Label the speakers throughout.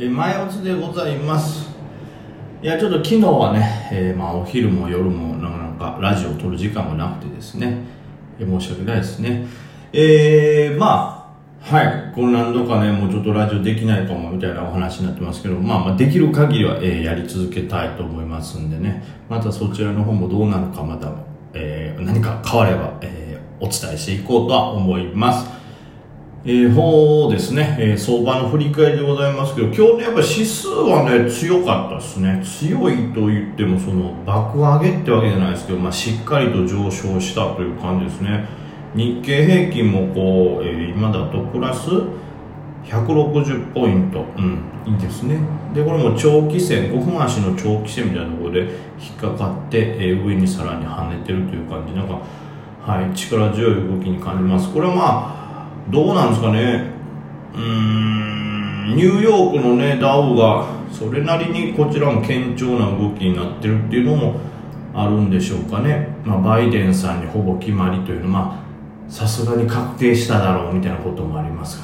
Speaker 1: 前おつでございます。いやちょっと昨日はね、お昼も夜もなかなかラジオを撮る時間もなくてですね、申し訳ないですね。これ何度かねもうちょっとラジオできないかもみたいなお話になってますけど、できる限りは、やり続けたいと思いますんでね、またそちらの方もどうなるかまた、何か変われば、お伝えしていこうとは思います。ですね、相場の振り返りでございますけど、今日ねやっぱ指数はね強かったですね。強いと言ってもその爆上げってわけじゃないですけど、しっかりと上昇したという感じですね。日経平均もこう、今だとプラス160ポイント、いいですね。でこれも長期線、5分足の長期線みたいなところで引っかかって、上にさらに跳ねてるという感じ、なんか力強い動きに感じます。これはどうなんですかね。ニューヨークのねダウがそれなりにこちらも堅調な動きになってるっていうのもあるんでしょうかね。バイデンさんにほぼ決まりというのはさすがに確定しただろうみたいなこともありますから。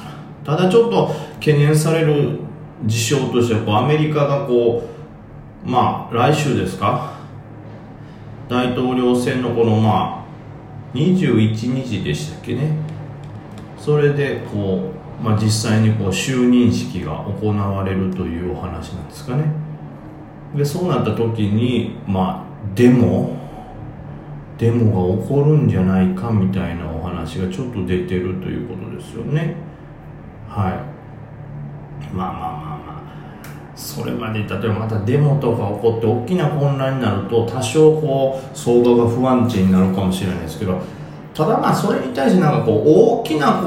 Speaker 1: ただちょっと懸念される事象としてはアメリカが来週ですか、大統領選のこの21日でしたっけね、それで実際に就任式が行われるというお話なんですかね。でそうなった時にデモが起こるんじゃないかみたいなお話がちょっと出てるということですよね。それまで例えばまたデモとか起こって大きな混乱になると多少相場が不安定になるかもしれないですけど、ただそれに対して大きな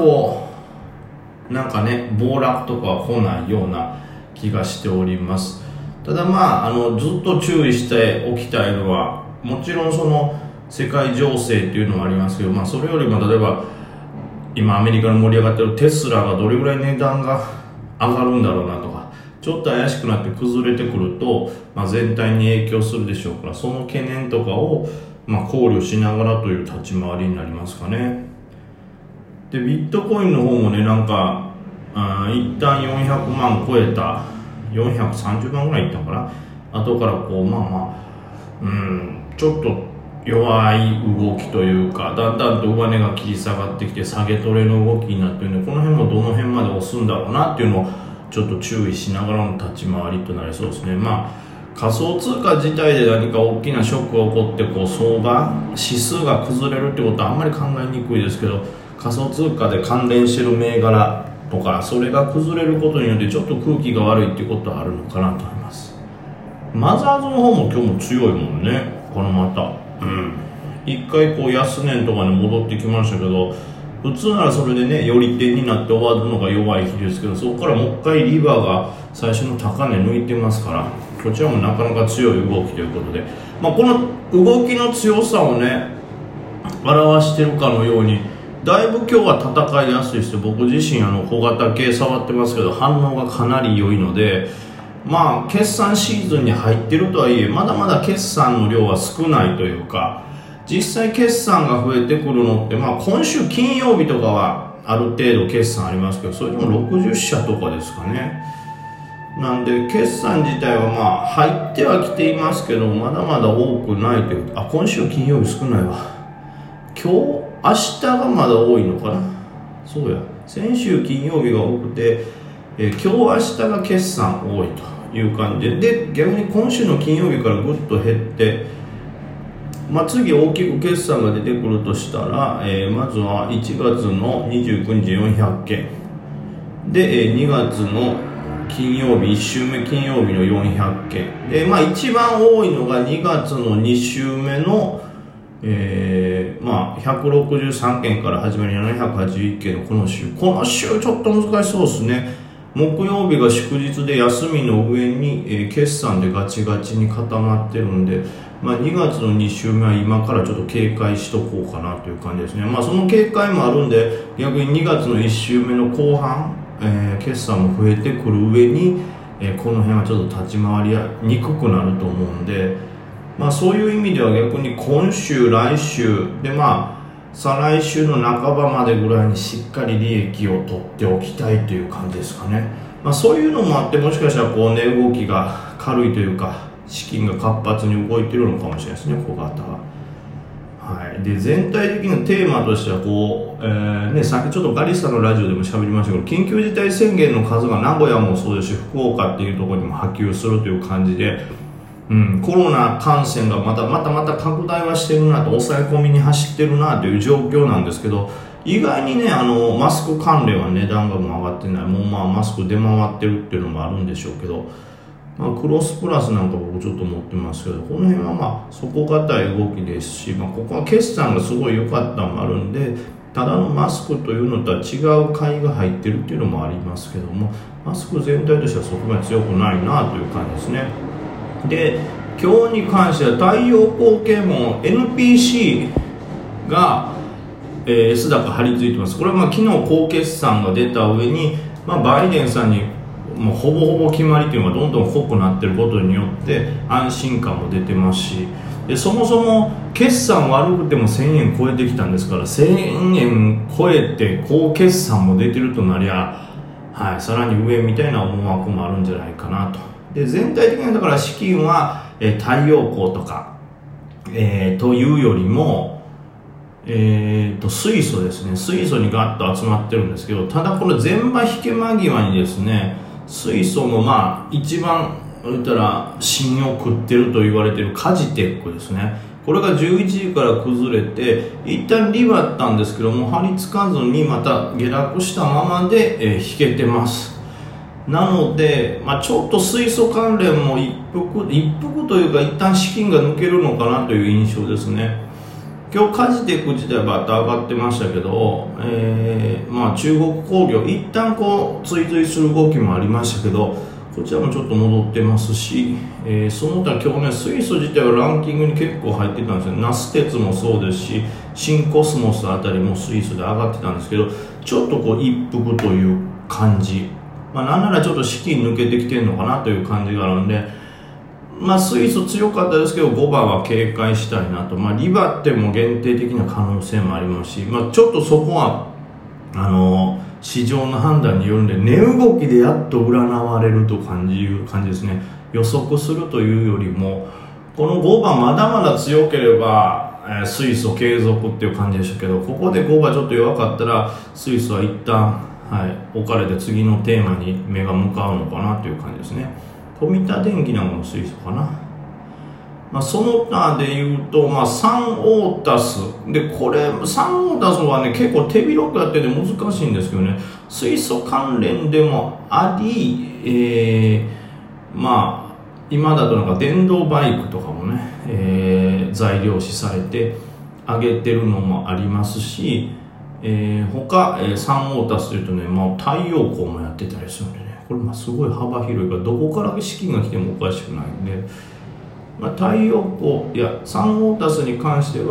Speaker 1: 暴落とかは来ないような気がしております。ただずっと注意しておきたいのはもちろんその世界情勢っていうのもありますけど、それよりも例えば今アメリカの盛り上がってるテスラがどれぐらい値段が上がるんだろうなとか、ちょっと怪しくなって崩れてくると、全体に影響するでしょうから、その懸念とかを考慮しながらという立ち回りになりますかね。でビットコインの方もね一旦400万超えた、430万ぐらいいったのかな、後からちょっと弱い動きというか、だんだんと上値が切り下がってきて下げトレの動きになっているので、この辺もどの辺まで押すんだろうなっていうのをちょっと注意しながらの立ち回りとなりそうですね。仮想通貨自体で何か大きなショックが起こって相場指数が崩れるってことはあんまり考えにくいですけど、仮想通貨で関連してる銘柄とかそれが崩れることによってちょっと空気が悪いっていうことはあるのかなと思います。マザーズの方も今日も強いもんね。このまた一回安値とかに戻ってきましたけど、普通ならそれでね寄り手になって終わるのが弱い日ですけど、そこからもう一回リバーが最初の高値抜いてますから、こちらもなかなか強い動きということで、この動きの強さをね表してるかのようにだいぶ今日は戦いやすいですよ。僕自身小型系触ってますけど反応がかなり良いので、決算シーズンに入ってるとはいえまだまだ決算の量は少ないというか、実際決算が増えてくるのって今週金曜日とかはある程度決算ありますけど、それでも60社とかですかね。なんで決算自体は入ってはきていますけどまだまだ多くないという。今週金曜日少ないわ。明日がまだ多いのかな。そうや、先週金曜日が多くて、今日明日が決算多いという感じで、逆に今週の金曜日からぐっと減って、次大きく決算が出てくるとしたら、まずは1月の29日400件で、2月の金曜日1週目金曜日の400件で、一番多いのが2月の2週目の163件から始まり781件のこの週ちょっと難しそうですね。木曜日が祝日で休みの上に、決算でガチガチに固まってるんで、2月の2週目は今からちょっと警戒しとこうかなという感じですね。その警戒もあるんで、逆に2月の1週目の後半、決算も増えてくる上に、この辺はちょっと立ち回りにくくなると思うんで、そういう意味では逆に今週来週で再来週の半ばまでぐらいにしっかり利益を取っておきたいという感じですかね。 そういうのもあって、もしかしたらこう値動きが軽いというか資金が活発に動いているのかもしれないですね、小型は。で全体的なテーマとしてはこう、さっきちょっとガリスタのラジオでも喋りましたけど、緊急事態宣言の数が名古屋もそうですし、福岡っていうところにも波及するという感じで、コロナ感染がまた拡大はしてるなと、抑え込みに走ってるなという状況なんですけど、意外にね、マスク関連は値段がもう上がってない、もうマスク出回ってるっていうのもあるんでしょうけど、クロスプラスなんか僕ちょっと持ってますけど、この辺は底堅い動きですし、ここは決算がすごい良かったのもあるんで、ただのマスクというのとは違う買いが入ってるっていうのもありますけども、マスク全体としてはそこまで強くないなという感じですね。で、今日に関しては太陽光系も NPC が、S 高張り付いてます。これは昨日高決算が出た上に、バイデンさんにもうほぼほぼ決まりというのがどんどん濃くなっていることによって安心感も出てますし、でそもそも決算悪くても1000円超えてきたんですから、1000円超えて高決算も出てるとなりゃ、さらに上みたいな思惑もあるんじゃないかなと。で全体的にだから資金は、太陽光とか、というよりも水素ですね、水素にガッと集まってるんですけど、ただこれ全場引け間際にですね、水素の一番言ったら芯を食ってると言われているカジテックですね、これが11時から崩れて一旦リバったんですけども、張り付かずにまた下落したままで、引けてます。なので、ちょっと水素関連も一服というか一旦資金が抜けるのかなという印象ですね。今日カジテック自体はバッと上がってましたけど、中国工業一旦こう追随する動きもありましたけど、こちらもちょっと戻ってますし、その他今日ね、水素自体はランキングに結構入ってたんですよ。ナス鉄もそうですし、新コスモスあたりも水素で上がってたんですけど、ちょっとこう一服という感じ、なんならちょっと資金抜けてきてるのかなという感じがあるんで、水素強かったですけど5番は警戒したいなと。リバっても限定的な可能性もありますし、ちょっとそこは市場の判断によるんで、値動きでやっと占われるという感じですね。予測するというよりも、この5番まだまだ強ければ水素継続っていう感じでしたけど、ここで5番ちょっと弱かったら水素は一旦置かれて次のテーマに目が向かうのかなという感じですね。富田電機なんかも水素かな。その他で言うと、サンオータスで、これサンオータスはね結構手広くやってて難しいんですけどね、水素関連でもあり、今だとなんか電動バイクとかもね、材料視されて上げてるのもありますし、他、サンオータスというとね、太陽光もやってたりするんでね、これすごい幅広いからどこから資金が来てもおかしくないんで、太陽光サンオータスに関して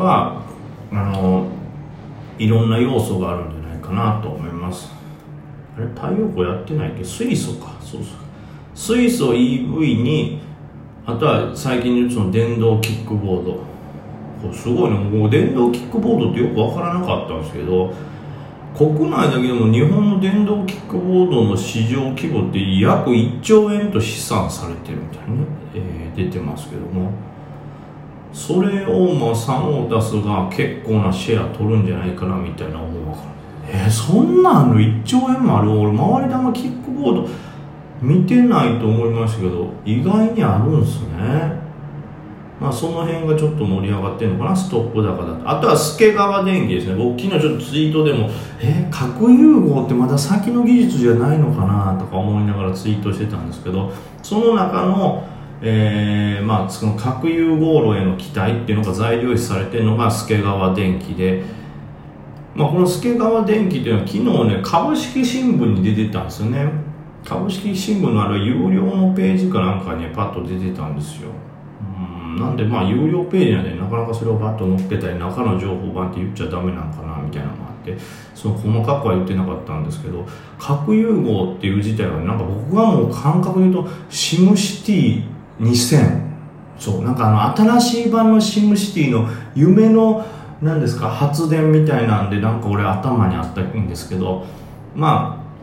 Speaker 1: はいろんな要素があるんじゃないかなと思います。あれ太陽光やってないっけ、水素か、そう水素 EV に、あとは最近のその電動キックボード、これすごいね、もう電動キックボードってよく分からなかったんですけど、国内だけでも日本の電動キックボードの市場規模って約1兆円と試算されてるみたいにね、出てますけども、それをサンオータスが結構なシェア取るんじゃないかなみたいな思うわかる。そんなの1兆円もある？俺周りであんまキックボード見てないと思いましたけど、意外にあるんですね。その辺がちょっと盛り上がってるのかな、ストップ高だと。あとは助川電機ですね。僕昨日ちょっとツイートでも核融合ってまだ先の技術じゃないのかなとか思いながらツイートしてたんですけど、その中のその核融合炉への期待っていうのが材料視されてるのが助川電機で、この助川電機っていうのは昨日ね、株式新聞に出てたんですよね。株式新聞の有料のページかなんかにパッと出てたんですよ。なんで有料ページなんでなかなかそれをバッと載っけたり、中の情報版って言っちゃダメなのかなみたいなのがあって、その細かくは言ってなかったんですけど、核融合っていう自体はなんか僕がもう感覚で言うとシムシティ2000、そうなんか新しい版のシムシティの夢の何ですか発電みたいなんで、なんか俺頭にあったんですけど、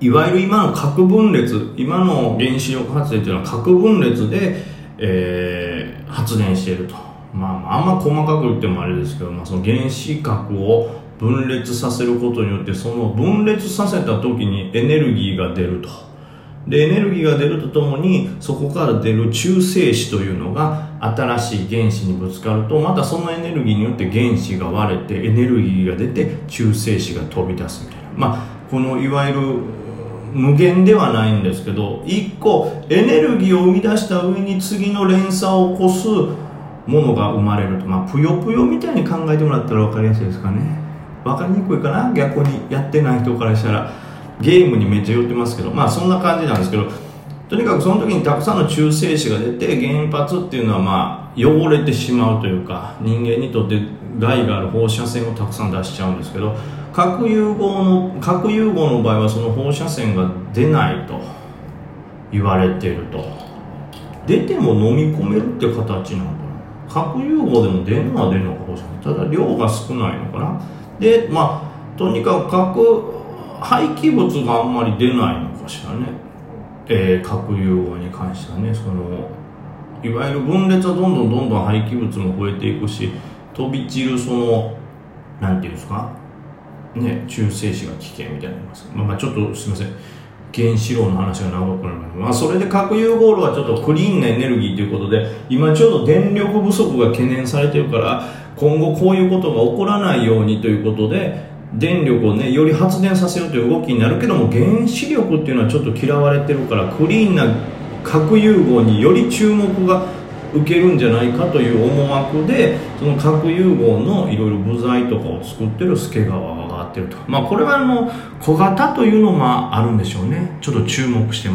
Speaker 1: いわゆる今の核分裂、今の原子力発電というのは核分裂で、発電していると。あんま細かく言ってもあれですけど、その原子核を分裂させることによって、その分裂させた時にエネルギーが出ると。でエネルギーが出るとともに、そこから出る中性子というのが新しい原子にぶつかると、またそのエネルギーによって原子が割れてエネルギーが出て中性子が飛び出すみたいな、このいわゆる無限ではないんですけど、一個エネルギーを生み出した上に次の連鎖を起こすものが生まれると。ぷよぷよみたいに考えてもらったら分かりやすいですかね。分かりにくいかな、逆にやってない人からしたら。ゲームにめっちゃ寄ってますけど、そんな感じなんですけど、とにかくその時にたくさんの中性子が出て、原発っていうのは汚れてしまうというか、人間にとって害がある放射線をたくさん出しちゃうんですけど、核融合の場合はその放射線が出ないと言われていると。出ても飲み込めるって形なんだ。核融合でも出るのは出るのか放射線、ただ量が少ないのかな。でとにかく廃棄物があんまり出ないのかしらね、核融合に関してはね。いわゆる分裂はどんどん廃棄物も増えていくし、飛び散るなんていうんですかね、中性子が危険みたいになります。ちょっとすみません、原子炉の話が長くなるので、それで核融合炉はちょっとクリーンなエネルギーということで、今ちょうど電力不足が懸念されているから、今後こういうことが起こらないようにということで、電力をより発電させようという動きになるけども、原子力っていうのはちょっと嫌われてるから、クリーンな核融合により注目が受けるんじゃないかという思惑で、その核融合のいろいろ部材とかを作ってる助川が上がってると。これは小型というのもあるんでしょうね。ちょっと注目してます。